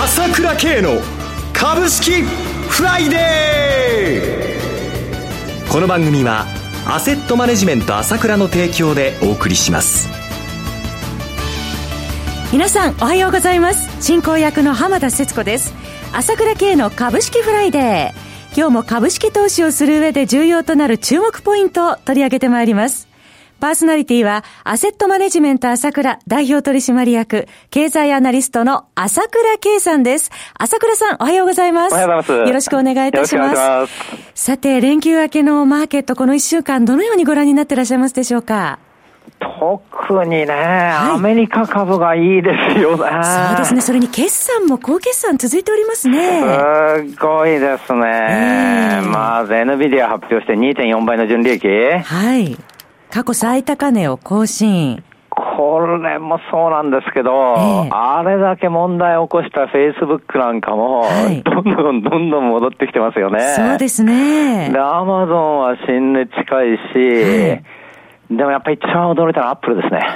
朝倉慶の株式フライデー。この番組はアセットマネジメント朝倉の提供でお送りします。 皆さんおはようございます。進行役の浜田節子です。朝倉慶の株式フライデー。今日も株式投資をする上で重要となる注目ポイントを取り上げてまいります。パーソナリティはアセットマネジメント朝倉代表取締役経済アナリストの朝倉慶さんです。朝倉さんおはようございます。 おはようございます。 よろしくお願いいたします。 よろしくお願いします。 さて連休明けのマーケット、この1週間どのようにご覧になっていらっしゃいますでしょうか。 特にね、アメリカ株がいいですよね。 そうですね。それに決算も高決算続いておりますね。 すごいですね。まず NVIDIA 発表して 2.4 倍の純利益。 はい。過去最高値を更新。 これもそうなんですけど、あれだけ問題を起こした Facebook なんかも、どんどん戻ってきてますよね。 そうですね。 で、Amazon は新値近いし、でもやっぱり一番驚いたのはアップルですね。 はい、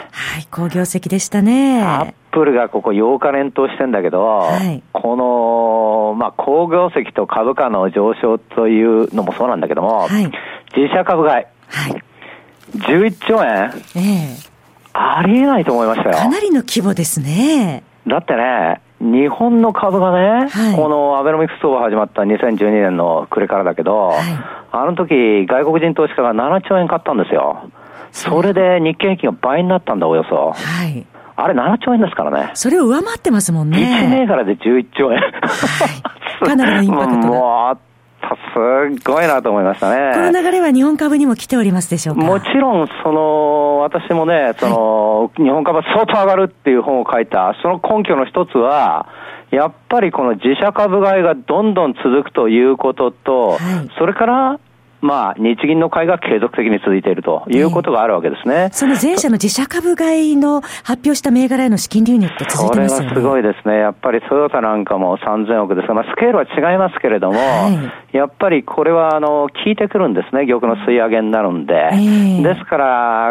好業績でしたね。 アップルがここ8日連投してんだけど、この、好業績と株価の上昇というのもそうなんだけども、自社株買い。11兆円、ありえないと思いましたよ。 かなりの規模ですね。 だってね、日本の株がね、このアベノミクス相場始まった2012年の暮れからだけど、あの時外国人投資家が7兆円買ったんですよ。それで日経平均が倍になったんだ、およそ。あれ7兆円ですからね。 それを上回ってますもんね。 1銘柄で11兆円。 かなりのインパクトが。 すごいなと思いましたね。 この流れは日本株にも来ておりますでしょうか。 もちろん、私もね、日本株は相当上がるっていう本を書いた、その根拠の一つは、やっぱりこの自社株買いがどんどん続くということと、それから、日銀の買いが継続的に続いているということがあるわけですね。 その前者の自社株買いの発表した銘柄への資金流入って続いてますよね。 それがすごいですね。やっぱりトヨタなんかも3000億ですが、スケールは違いますけれども、やっぱりこれは効いてくるんですね。玉の吸い上げになるんで。ですから、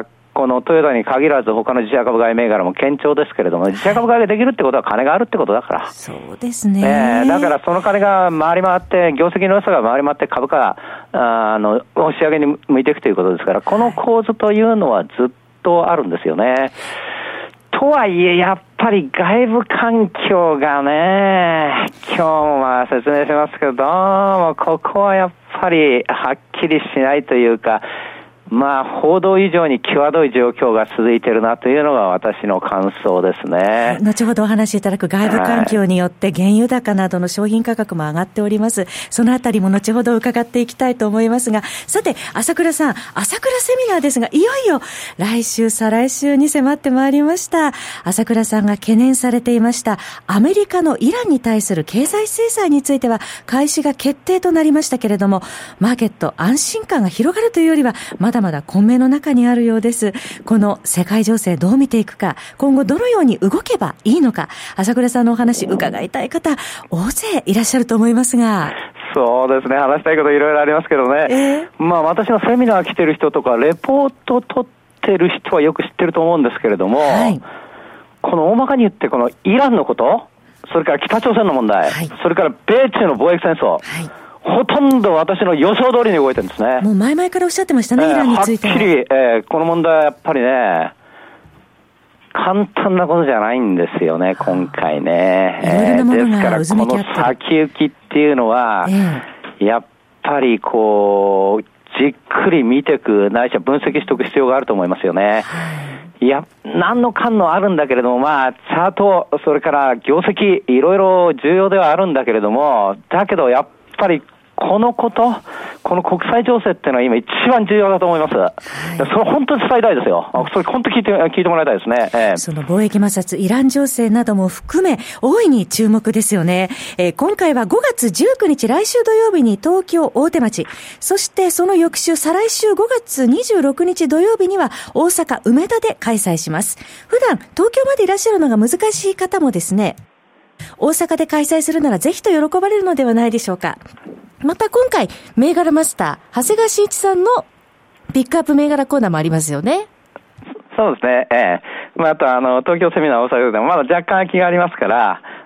このトヨタに限らず他の自社株買い銘柄も堅調ですけれども、自社株買いができるってことは金があるってことだから。 そうですね。 だからその金が回り回って、業績の良さが回り回って株価押し上げに向いていくということですから、この構図というのはずっとあるんですよね。とはいえ、やっぱり外部環境がね、今日も説明しますけど、どうもここはやっぱりはっきりしないというか、報道以上に際どい状況が続いているなというのが私の感想ですね。 後ほどお話しいただく外部環境によって原油高などの商品価格も上がっております。そのあたりも後ほど伺っていきたいと思いますが、さて朝倉さん、朝倉セミナーですが、いよいよ来週再来週に迫ってまいりました。朝倉さんが懸念されていましたアメリカのイランに対する経済制裁については開始が決定となりましたけれども、マーケット安心感が広がるというよりはまだまだ混迷の中にあるようです。この世界情勢どう見ていくか、今後どのように動けばいいのか、朝倉さんのお話伺いたい方大勢いらっしゃると思いますが。 そうですね、話したいこといろいろありますけどね、私のセミナー来てる人とかレポート取ってる人はよく知ってると思うんですけれども、この大まかに言ってこのイランのこと、それから北朝鮮の問題、それから米中の貿易戦争、ほとんど私の予想通りに動いてるんですね。 もう前々からおっしゃってましたね、イランについては。 はっきり、この問題はやっぱりね、簡単なことじゃないんですよね、今回ね。ですから、この先行きっていうのは、やっぱりこう、じっくり見ていく、ないしは分析しておく必要があると思いますよね。いや、何のかんのあるんだけれども、チャート、それから業績、いろいろ重要ではあるんだけれども、だけどやっぱりこのこと、この国際情勢っていうのは今一番重要だと思います。それ本当に伝えたいですよ。それ本当に聞いてもらいたいですね。 その貿易摩擦、イラン情勢なども含め大いに注目ですよね。今回は5月19日来週土曜日に東京大手町、そしてその翌週再来週5月26日土曜日には大阪梅田で開催します。普段東京までいらっしゃるのが難しい方もですね、大阪で開催するならぜひと喜ばれるのではないでしょうか。また今回銘柄マスター長谷川慎一さんのピックアップ銘柄コーナーもありますよね。 そうですね。あと東京セミナー大阪でもまだ若干空きがありますから、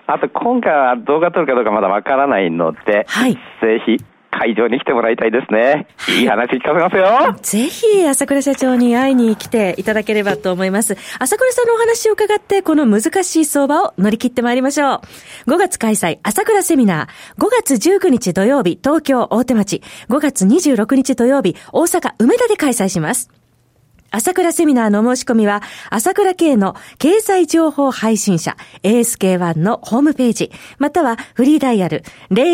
あと今回は動画撮るかどうかまだわからないので、 はい、 ぜひ会場に来てもらいたいですね。いい話聞かせますよ。 ぜひ朝倉社長に会いに来ていただければと思います。朝倉さんのお話を伺ってこの難しい相場を乗り切ってまいりましょう。5月開催朝倉セミナー、5月19日土曜日東京大手町、5月26日土曜日大阪梅田で開催します。朝倉セミナーの申し込みは、朝倉系の経済情報配信者 ASK1 のホームページ、またはフリーダイヤル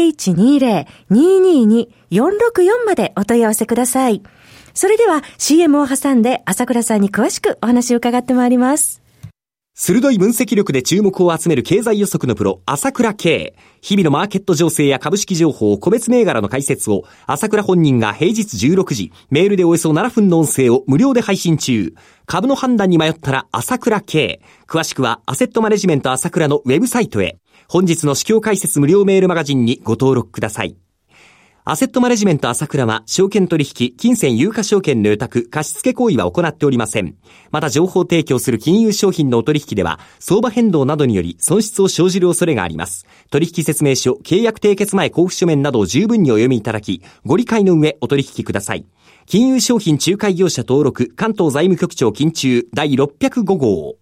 0120-222-464 までお問い合わせください。それでは CM を挟んで朝倉さんに詳しくお話を伺ってまいります。 鋭い分析力で注目を集める経済予測のプロ、朝倉慶。日々のマーケット情勢や株式情報、個別銘柄の解説を、朝倉本人が平日16時、メールでおよそ7分の音声を無料で配信中。株の判断に迷ったら朝倉慶。詳しくは、アセットマネジメント朝倉のウェブサイトへ。本日の市況解説無料メールマガジンにご登録ください。アセットマネジメント朝倉は、証券取引、金銭有価証券の予託、貸付行為は行っておりません。また情報提供する金融商品のお取引では、相場変動などにより損失を生じる恐れがあります。取引説明書、契約締結前交付書面などを十分にお読みいただき、ご理解の上お取引ください。金融商品仲介業者登録、関東財務局長金中第605号。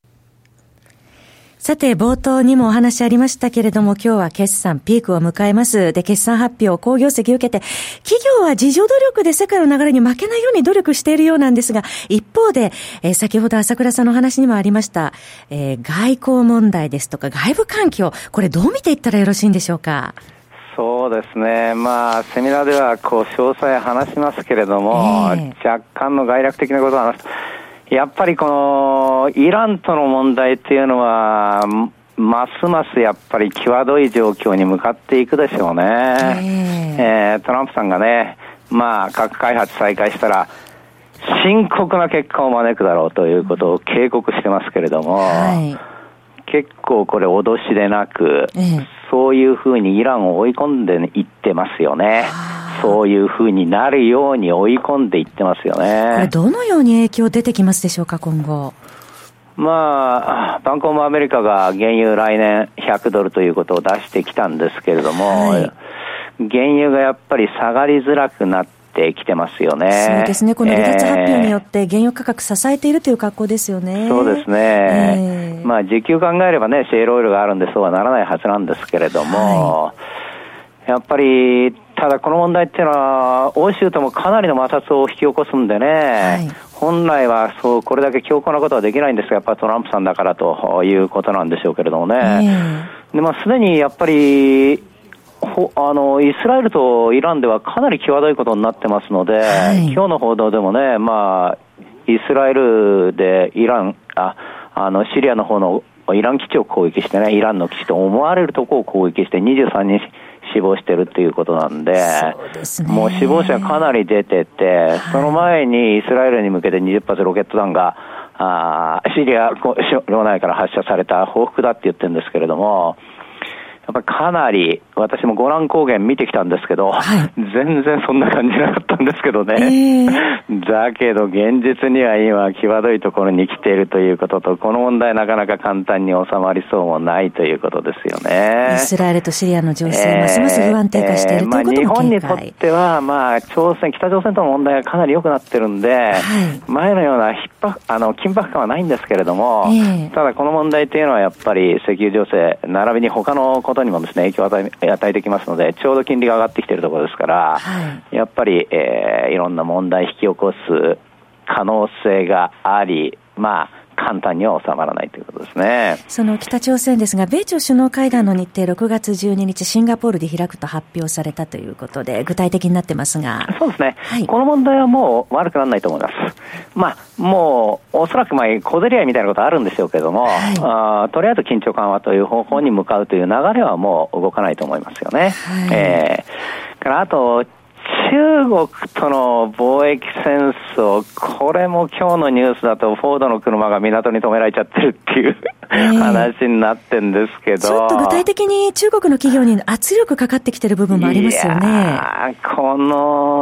さて、冒頭にもお話ありましたけれども、今日は決算ピークを迎えます。で、決算発表、好業績を受けて、企業は自助努力で世界の流れに負けないように努力しているようなんですが、一方で、先ほど朝倉さんのお話にもありました、外交問題ですとか外部環境、これどう見ていったらよろしいんでしょうか。 そうですね。まあ、セミナーでは、詳細話しますけれども、若干の概略的なことを話す。やっぱりこのイランとの問題っていうのはますますやっぱり際どい状況に向かっていくでしょうね。トランプさんがね、まあ核開発再開したら深刻な結果を招くだろうということを警告してますけれども、結構これ脅しでなく、そういうふうにイランを追い込んでいってますよね。そういう風になるように追い込んでいってますよね。 これどのように影響出てきますでしょうか、今後。 まあ、バンコクアメリカが原油来年100ドルということを出してきたんですけれども、原油がやっぱり下がりづらくなってきてますよね。 そうですね。この離脱発表によって原油価格支えているという格好ですよね。 そうですね。まあ、時給考えればね、シェールオイルがあるんでそうはならないはずなんですけれども、やっぱり、ただこの問題っていうのは欧州ともかなりの摩擦を引き起こすんでね、本来はこれだけ強硬なことはできないんですが、やっぱりトランプさんだからということなんでしょうけれどもね。で、まあ、すでにやっぱりイスラエルとイランではかなり際どいことになってますので、今日の報道でもね、まあ、イスラエルでシリアの方のイラン基地を攻撃してね、イランの基地と思われるところを攻撃して23人死亡してるっていうことなんで、もう死亡者かなり出てて、その前にイスラエルに向けて20発ロケット弾がシリア領内から発射された報復だって言ってるんですけれども、やっぱりかなり、私もゴラン高原見てきたんですけど、全然そんな感じなかったんですけどね。だけど現実には今際どいところに来ているということと、この問題なかなか簡単に収まりそうもないということですよね。 イスラエルとシリアの情勢、ますます不安定化しているということも警戒。 日本にとっては、まあ、北朝鮮との問題がかなり良くなってるんで、前のような緊迫感はないんですけれども、ただこの問題というのはやっぱり石油情勢、並びに他のことにもですね、影響を与えてきますので、ちょうど金利が上がってきているところですから、やっぱり、いろんな問題引き起こす可能性があり、まあ、簡単には収まらないということですね。 その北朝鮮ですが、米朝首脳会談の日程6月12日シンガポールで開くと発表されたということで、具体的になってますが。 そうですね。この問題はもう悪くならないと思います。まあ、もう、おそらく小競り合いみたいなことはあるんでしょうけども、とりあえず緊張緩和という方向に向かうという流れはもう動かないと思いますよね。からあと、中国との貿易戦争、これも今日のニュースだとフォードの車が港に止められちゃってるっていう話になってるんですけど、 ちょっと具体的に中国の企業に圧力かかってきてる部分もありますよね。 この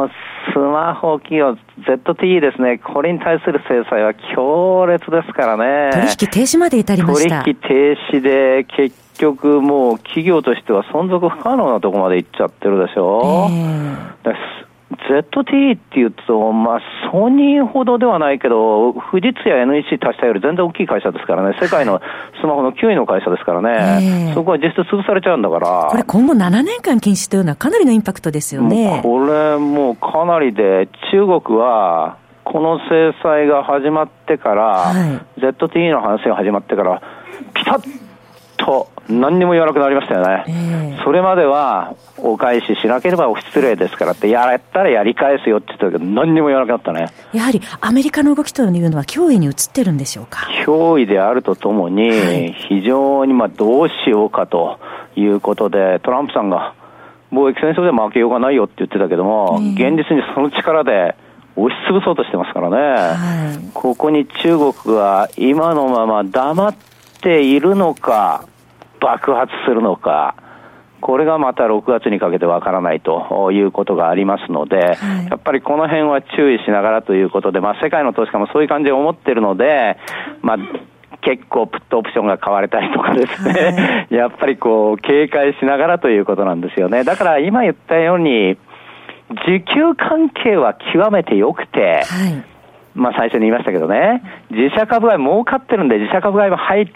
スマホ企業 ZTE ですね、これに対する制裁は強烈ですからね。 取引停止まで至りました。 取引停止で結局もう企業としては存続不可能なところまで行っちゃってるでしょ。ZTE って言うと、ソニーほどではないけど、富士通や NEC 足したより全然大きい会社ですからね、世界のスマホの9位の会社ですからね、そこは実質潰されちゃうんだから。 これ今後7年間禁止というのはかなりのインパクトですよね。 これもうかなりで、中国はこの制裁が始まってから、ZTE の話が始まってから、ピタッと何にも言わなくなりましたよね。それまではお返ししなければ失礼ですからってやったらやり返すよって言ってたけど何にも言わなくなったね。 やはりアメリカの動きというのは脅威に移ってるんでしょうか。 脅威であるとともに非常にどうしようかということで、トランプさんが貿易戦争で負けようがないよって言ってたけども、現実にその力で押し潰そうとしてますからね。ここに中国が今のまま黙っているのか爆発するのか、これがまた6月にかけてわからないということがありますので、やっぱりこの辺は注意しながらということで、世界の投資家もそういう感じで思っているので、結構プットオプションが買われたりとかですね、やっぱり警戒しながらということなんですよね。だから今言ったように需給関係は極めて良くて、最初に言いましたけどね、自社株買い儲かってるんで自社株買いも入って、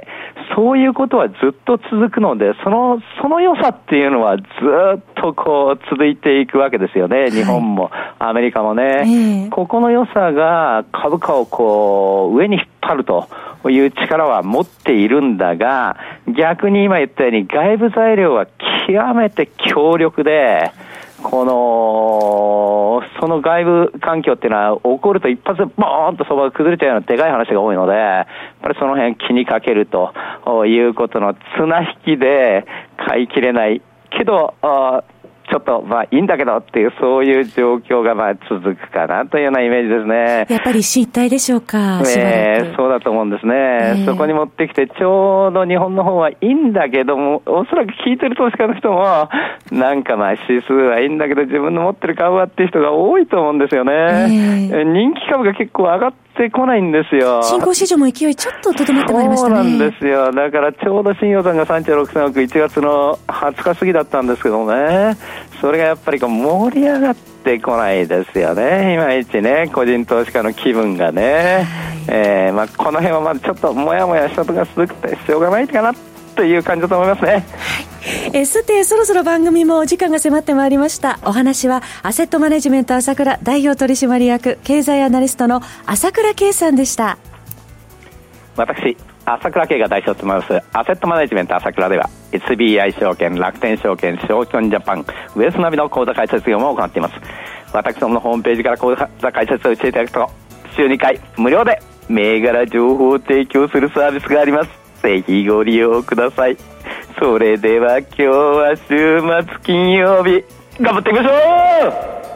そういうことはずっと続くので、その良さっていうのはずっと続いていくわけですよね。日本もアメリカもね、ここの良さが株価を上に引っ張るという力は持っているんだが、逆に今言ったように外部材料は極めて強力で、その外部環境っていうのは起こると一発でボーンと相場が崩れちゃうようなでかい話が多いので、やっぱりその辺気にかけるということの綱引きで買い切れないけど、ちょっといいんだけどっていう、そういう状況が続くかなというようなイメージですね。 やっぱり一体でしょうか。 そうだと思うんですね。そこに持ってきて、ちょうど日本の方はいいんだけども、おそらく聞いてる投資家の人もなんか指数はいいんだけど自分の持ってる株はっていう人が多いと思うんですよね。人気株が結構上がってこないんですよ。 新興市場も勢いちょっととどまってまいりましたね。 そうなんですよ。だからちょうど新予算が3兆6000億1月の20日過ぎだったんですけどね、それがやっぱり盛り上がってこないですよね。いまいちね、個人投資家の気分がね、この辺はちょっともやもやしたとか続くてしょうがないかなという感じだと思いますね。 さてそろそろ番組もお時間が迫ってまいりました。お話はアセットマネジメント朝倉代表取締役経済アナリストの朝倉圭さんでした。 私朝倉圭が代表を務めますアセットマネジメント朝倉では SBI 証券、楽天証券、証券ジャパン、ウエスナビの口座開設業務を行っています。私どものホームページから口座開設をしていただくと週2回無料で銘柄情報を提供するサービスがあります。ぜひご利用ください。それでは今日は週末金曜日頑張っていきましょう。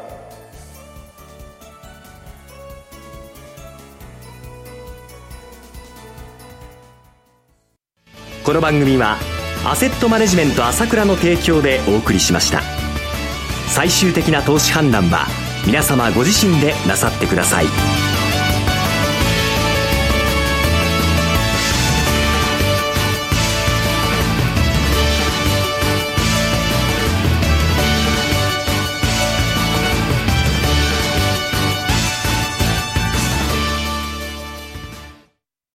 この番組はアセットマネジメント朝倉の提供でお送りしました。最終的な投資判断は皆様ご自身でなさってください。